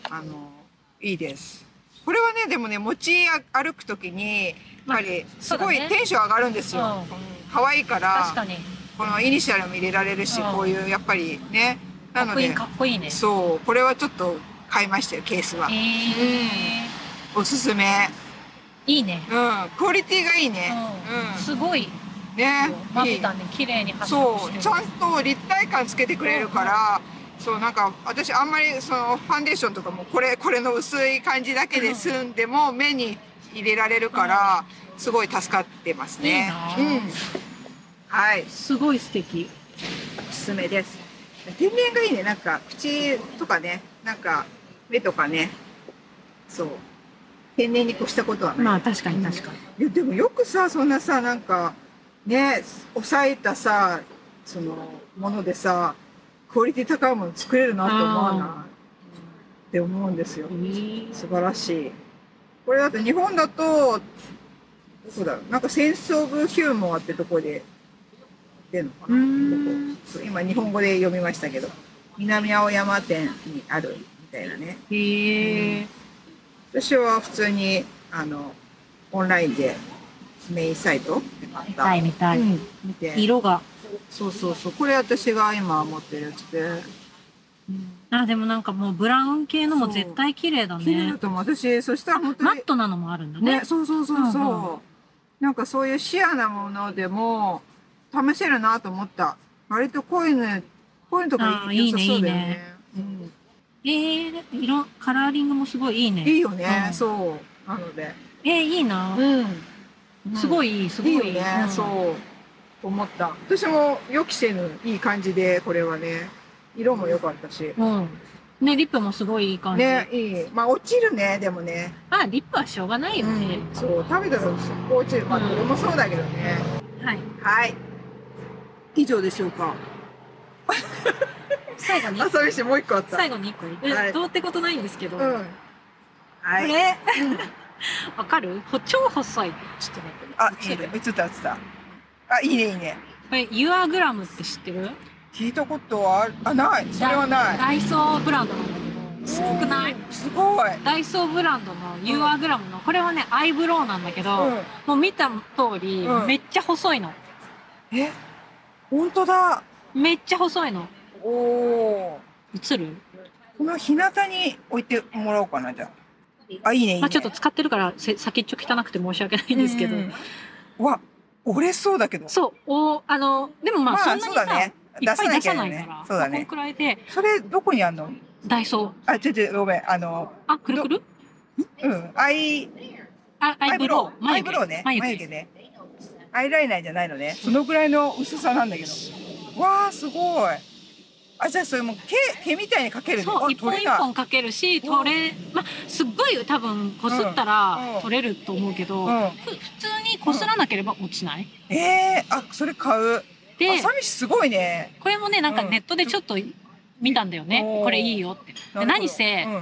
Speaker 1: いいです。これはね、でもね、持ち歩くときに、やっぱり、すごいテンション上がるんですよ。可愛いから、
Speaker 2: 確かに。
Speaker 1: このイニシャルも入れられるし、こういう、やっぱりね、なので、
Speaker 2: かっこいいね。
Speaker 1: そう、これはちょっと買いましたよ、ケースは。おすすめ。
Speaker 2: いいね。
Speaker 1: クオリティがいいね。
Speaker 2: すごい。
Speaker 1: ね。
Speaker 2: まぶたね、綺麗に発色してる。
Speaker 1: そう、ちゃんと立体感つけてくれるから、そう、なんか、私あんまりそのファンデーションとかもこれの薄い感じだけで済んでも目に入れられるから、すごい助かってますね。はい。
Speaker 2: すごい素敵。
Speaker 1: おすすめです。天然がいいね。なんか、口とかね、なんか、目とかね。そう。天然に越したことはない。
Speaker 2: まあ、確かに確か
Speaker 1: に。いや、でもよくさ、そんなさ、なんか、ね、抑えたさ、その、ものでさ、クオリティ高いもの作れるなって思わないって思うんですよ。素晴らしい。これだと、日本だと、どこだろう。なんか、センスオブヒューモアってとこで、出るのかな。今日本語で読みましたけど、南青山店にあるみたいなね。私は普通にオンラインでメインサイトで買った。
Speaker 2: 見たい。
Speaker 1: 見て。
Speaker 2: 色が。
Speaker 1: そうそうそう。これ私が今持ってるやつで。
Speaker 2: でもなんかもうブラウン系のも絶対綺麗だね。
Speaker 1: 綺麗だと思う。私そしたら本当に
Speaker 2: マットなのもあるんだね。
Speaker 1: そうそうそうそう。なんかそういうシアなものでも試せるなと思った。割とこういうのとか良さそうだよね。
Speaker 2: カラーリングもすごいいいね。
Speaker 1: いいよね。そう。なので。
Speaker 2: いいな。すごいいい、すごいいい。
Speaker 1: いいよね。そう。と思った。私も予期せぬいい感じで、これはね。色も良かったし。
Speaker 2: ね、リップもすごいいい感じ。
Speaker 1: ね、いい。まあ落ちるね、でもね。
Speaker 2: リップはしょうがないよね。
Speaker 1: そう、食べたらすっごい落ちる。まあ、どれもそうだけどね。
Speaker 2: はい。
Speaker 1: はい。以上でしょうか。
Speaker 2: 最後に。
Speaker 1: 朝飯もう一個あった。
Speaker 2: 最後に一個。どうってことないんですけど。
Speaker 1: はい。
Speaker 2: これ、わかる？超細い。ちょっと待って。
Speaker 1: 映った。いいね、いいね。
Speaker 2: これ、ユアグラムって知ってる？
Speaker 1: 聞いたことはない。それはない。
Speaker 2: ダイソーブランドなんだけど、すごくない？
Speaker 1: すごい。
Speaker 2: ダイソーブランドのユアグラムの、これはね、アイブロウなんだけど、もう見た通り、めっちゃ細いの。
Speaker 1: 本当だ。
Speaker 2: めっちゃ細いの。映る？
Speaker 1: この日向に置いてもらおうかな、じゃあ。いいね、いいね。
Speaker 2: ちょっと使ってるから、先っちょ汚くて申し訳ないんですけど。
Speaker 1: 折れそうだけど。
Speaker 2: そう。でもまあ、そんなにさ、いっぱい出さないから。
Speaker 1: そうだね。
Speaker 2: このくらいで。
Speaker 1: それ、どこにあんの？
Speaker 2: ダイソー。
Speaker 1: ごめん。
Speaker 2: くるくる？
Speaker 1: アイブロウ。眉毛ね。アイライナーじゃないのね。そのぐらいの薄さなんだけど。わー、すごい。じゃあそれも毛みたいにかける
Speaker 2: の？そう、一本一本かけるし、すっごい多分こすったら取れると思うけど、普通にこすらなければ落ちない？
Speaker 1: それ買う。で、朝飯すごいね。
Speaker 2: これもね、なんかネットでちょっと見たんだよね。これいいよって。何せ、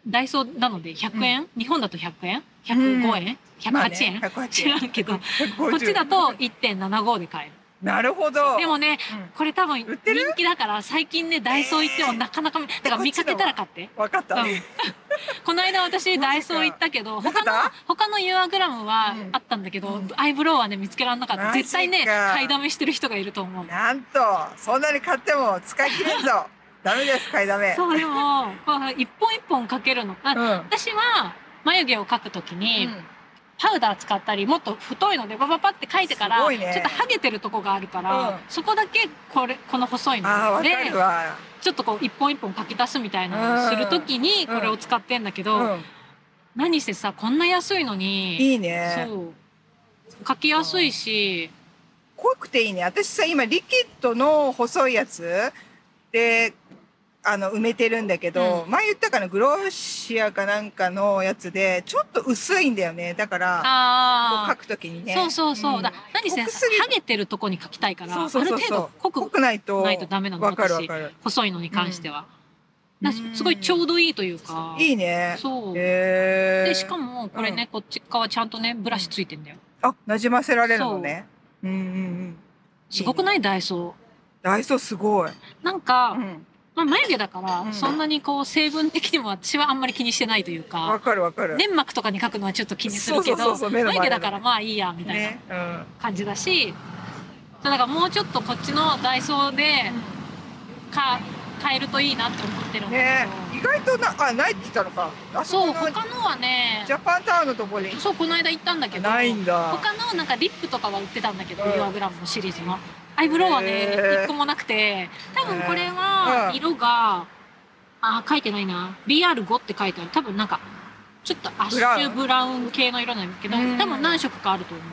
Speaker 2: ダイソーなので100円、日本だと100円 ?105 円、108円、知らんけど、こっちだと 1.75 で買える。
Speaker 1: なるほど。
Speaker 2: でもね、これ多分人気だから最近ね、ダイソー行ってもなかなか、だから見かけたら買って。
Speaker 1: わかった。
Speaker 2: この間私ダイソー行ったけど、他のユアグラムはあったんだけど、アイブロウはね、見つけられなかった。絶対ね、買いだめしてる人がいると思う。
Speaker 1: なんと、そんなに買っても使い切れんぞ。ダメです、買いだめ。
Speaker 2: そう、でも、一本一本かけるの。私は眉毛を描くときに、パウダー使ったり、もっと太いのでバババって描いてから、ちょっと剥げてるとこがあるから、そこだけこの細いので、ちょっとこう一本一本描き出すみたいなのをするときにこれを使ってんだけど、何してさ、こんな安いのに、
Speaker 1: いいね。
Speaker 2: そう。描きやすいし。
Speaker 1: 濃くていいね。私さ、今リキッドの細いやつで、埋めてるんだけど、前言ったかな、グロシアかなんかのやつで、ちょっと薄いんだよね。だから、こう書くときにね。
Speaker 2: そうそうそう。何せ、剥げてるとこに書きたいから、ある程度濃くないとダメなの。
Speaker 1: わかるわかる。
Speaker 2: 細いのに関しては。すごいちょうどいいというか。
Speaker 1: いいね。
Speaker 2: そう。で、しかも、これね、こっち側ちゃんとね、ブラシついてんだよ。
Speaker 1: あ、馴染ませられるのね。
Speaker 2: すごくない？ダイソー。
Speaker 1: ダイソーすごい。
Speaker 2: なんか、眉毛だから、そんなにこう成分的にも私はあんまり気にしてないというか。
Speaker 1: わかるわかる。
Speaker 2: 粘膜とかに描くのはちょっと気にするけど、眉毛だからまあいいや、みたいな感じだし、だからもうちょっとこっちのダイソーで、買えるといいなって思ってるんだけど。
Speaker 1: 意外とないって言ったのか。
Speaker 2: そう、他のはね、
Speaker 1: ジャパンタウンのところに。
Speaker 2: そう、この間行ったんだけど、
Speaker 1: ないんだ。
Speaker 2: 他のなんかリップとかは売ってたんだけど、ユアグラムのシリーズの。アイブロウはね、一個もなくて、多分これは色が、書いてないな。BR5 って書いてある。多分なんか、ちょっとアッシュブラウン系の色なんだけど、多分何色かあると思う。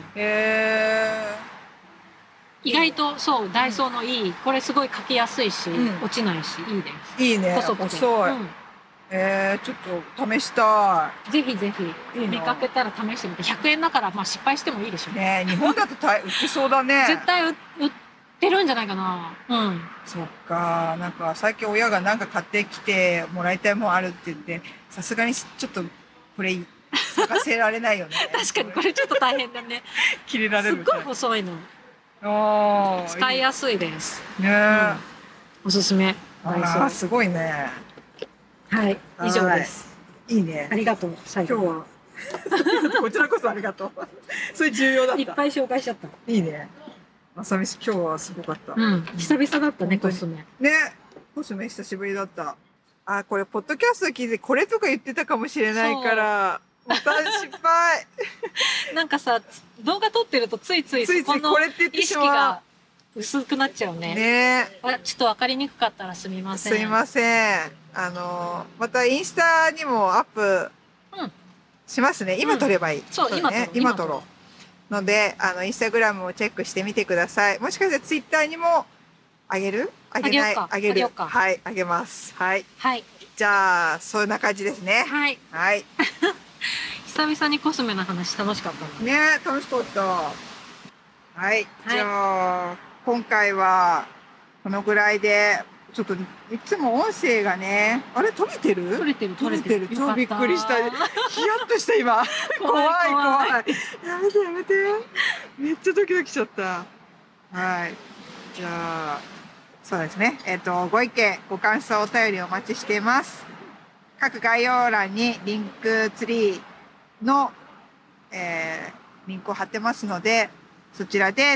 Speaker 2: 意外とそう、ダイソーのいい、これすごい描きやすいし、落ちないし、いいです。
Speaker 1: いいね。細い。ちょっと試した
Speaker 2: い。ぜひぜひ、見かけたら試してみて。100円だから、まあ失敗してもいいでしょ。
Speaker 1: ね、日本だと売ってそうだね。
Speaker 2: 絶対売ってるんじゃないかな。
Speaker 1: そっか。なんか最近親がなんか買ってきてもらいたいもんあるって言って、さすがにちょっとこれ探せられないよね。
Speaker 2: 確かにこれちょっと大変だね。
Speaker 1: 切れられる。
Speaker 2: すっごい細いの。使いやすいです。
Speaker 1: ね、
Speaker 2: おすすめ。
Speaker 1: すごいね。
Speaker 2: はい、以上です。
Speaker 1: いいね。
Speaker 2: ありがとう。
Speaker 1: 今日はこちらこそありがとう。それ重要だった。
Speaker 2: いっぱい紹介しちゃった。
Speaker 1: いいね。まさみ今日はすごかった。
Speaker 2: 久々だったね、コスメ。
Speaker 1: ね、コスメ久しぶりだった。これポッドキャスト聞いてこれとか言ってたかもしれないから、また失敗。
Speaker 2: なんかさ、動画撮ってるとついついそこの意識が薄くなっちゃうね。
Speaker 1: ね。
Speaker 2: ちょっと分かりにくかったらすみません。
Speaker 1: すみません。またインスタにもアップしますね。今撮ればいい。
Speaker 2: そう、
Speaker 1: 今撮ろう。ので、インスタグラムをチェックしてみてください。もしかしたらツイッターにもあげる？あげない？あげる。はい、あげます。はい。
Speaker 2: はい。
Speaker 1: じゃあ、そんな感じですね。
Speaker 2: はい。
Speaker 1: はい。
Speaker 2: 久々にコスメの話楽しかった
Speaker 1: ね。楽しかった。はい。じゃあ、今回はこのぐらいで、ちょっといつも音声がね、あれ取れてる？
Speaker 2: 取れてる。
Speaker 1: 超びっくりした。ヒヤッとした今。怖い。やめて。めっちゃドキドキしちゃった。はい。じゃあ、そうですね。ご意見、ご感想、お便りお待ちしています。各概要欄にリンクツリーの、リンクを貼ってますので、そちらで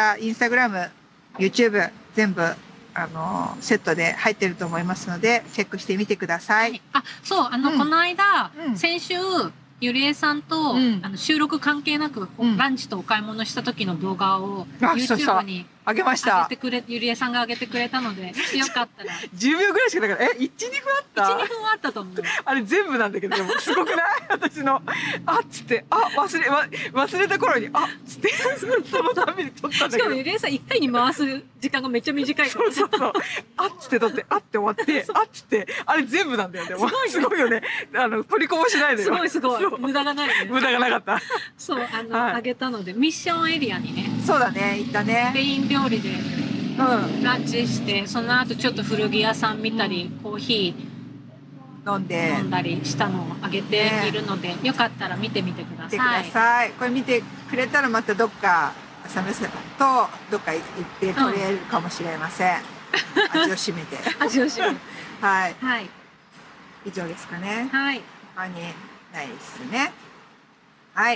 Speaker 1: Twitter、Instagram、YouTube 全部セットで入ってると思いますので、チェックしてみてください。
Speaker 2: そう、この間、先週、ゆりえさんと、収録関係なく、ランチとお買い物した時の動画を YouTube に
Speaker 1: あげました。
Speaker 2: ゆりえさんが上げてくれたので、よかったら。
Speaker 1: 10秒ぐらいしかだから、1、2分あった？
Speaker 2: 1、2分あったと思う。
Speaker 1: あれ全部なんだけど、でもすごくない？私の、っつって、忘れた頃に、つって、そのために撮ったんだけど。
Speaker 2: しかもゆりえさん1回に回す時間がめっちゃ短いから。
Speaker 1: そう。つって撮って、って終わって、つって、あれ全部なんだよね。すごいよね。取りこぼしないでよ。
Speaker 2: すごい。無駄がないね。
Speaker 1: 無駄がなかった。
Speaker 2: そう、あげたので、ミッションエリアにね。
Speaker 1: そうだね、行ったね。
Speaker 2: スペイン料理でランチして、その後ちょっと古着屋さん見たり、コーヒー
Speaker 1: 飲んで
Speaker 2: 飲んだりしたのをあげているので、よかったら見てみてくだ
Speaker 1: 見てく
Speaker 2: さい。
Speaker 1: ださい。これ見てくれたらまたどっか浅見さんとどっか行って取れるかもしれません。味を占めて。
Speaker 2: 味をしめる。
Speaker 1: はい。
Speaker 2: はい。
Speaker 1: 以上ですかね。
Speaker 2: はい。
Speaker 1: 他にないですね。はい。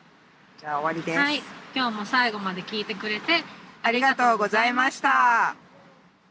Speaker 1: じゃあ終わりです。
Speaker 2: はい。今日も最後まで聞いてくれて
Speaker 1: ありがとうございました。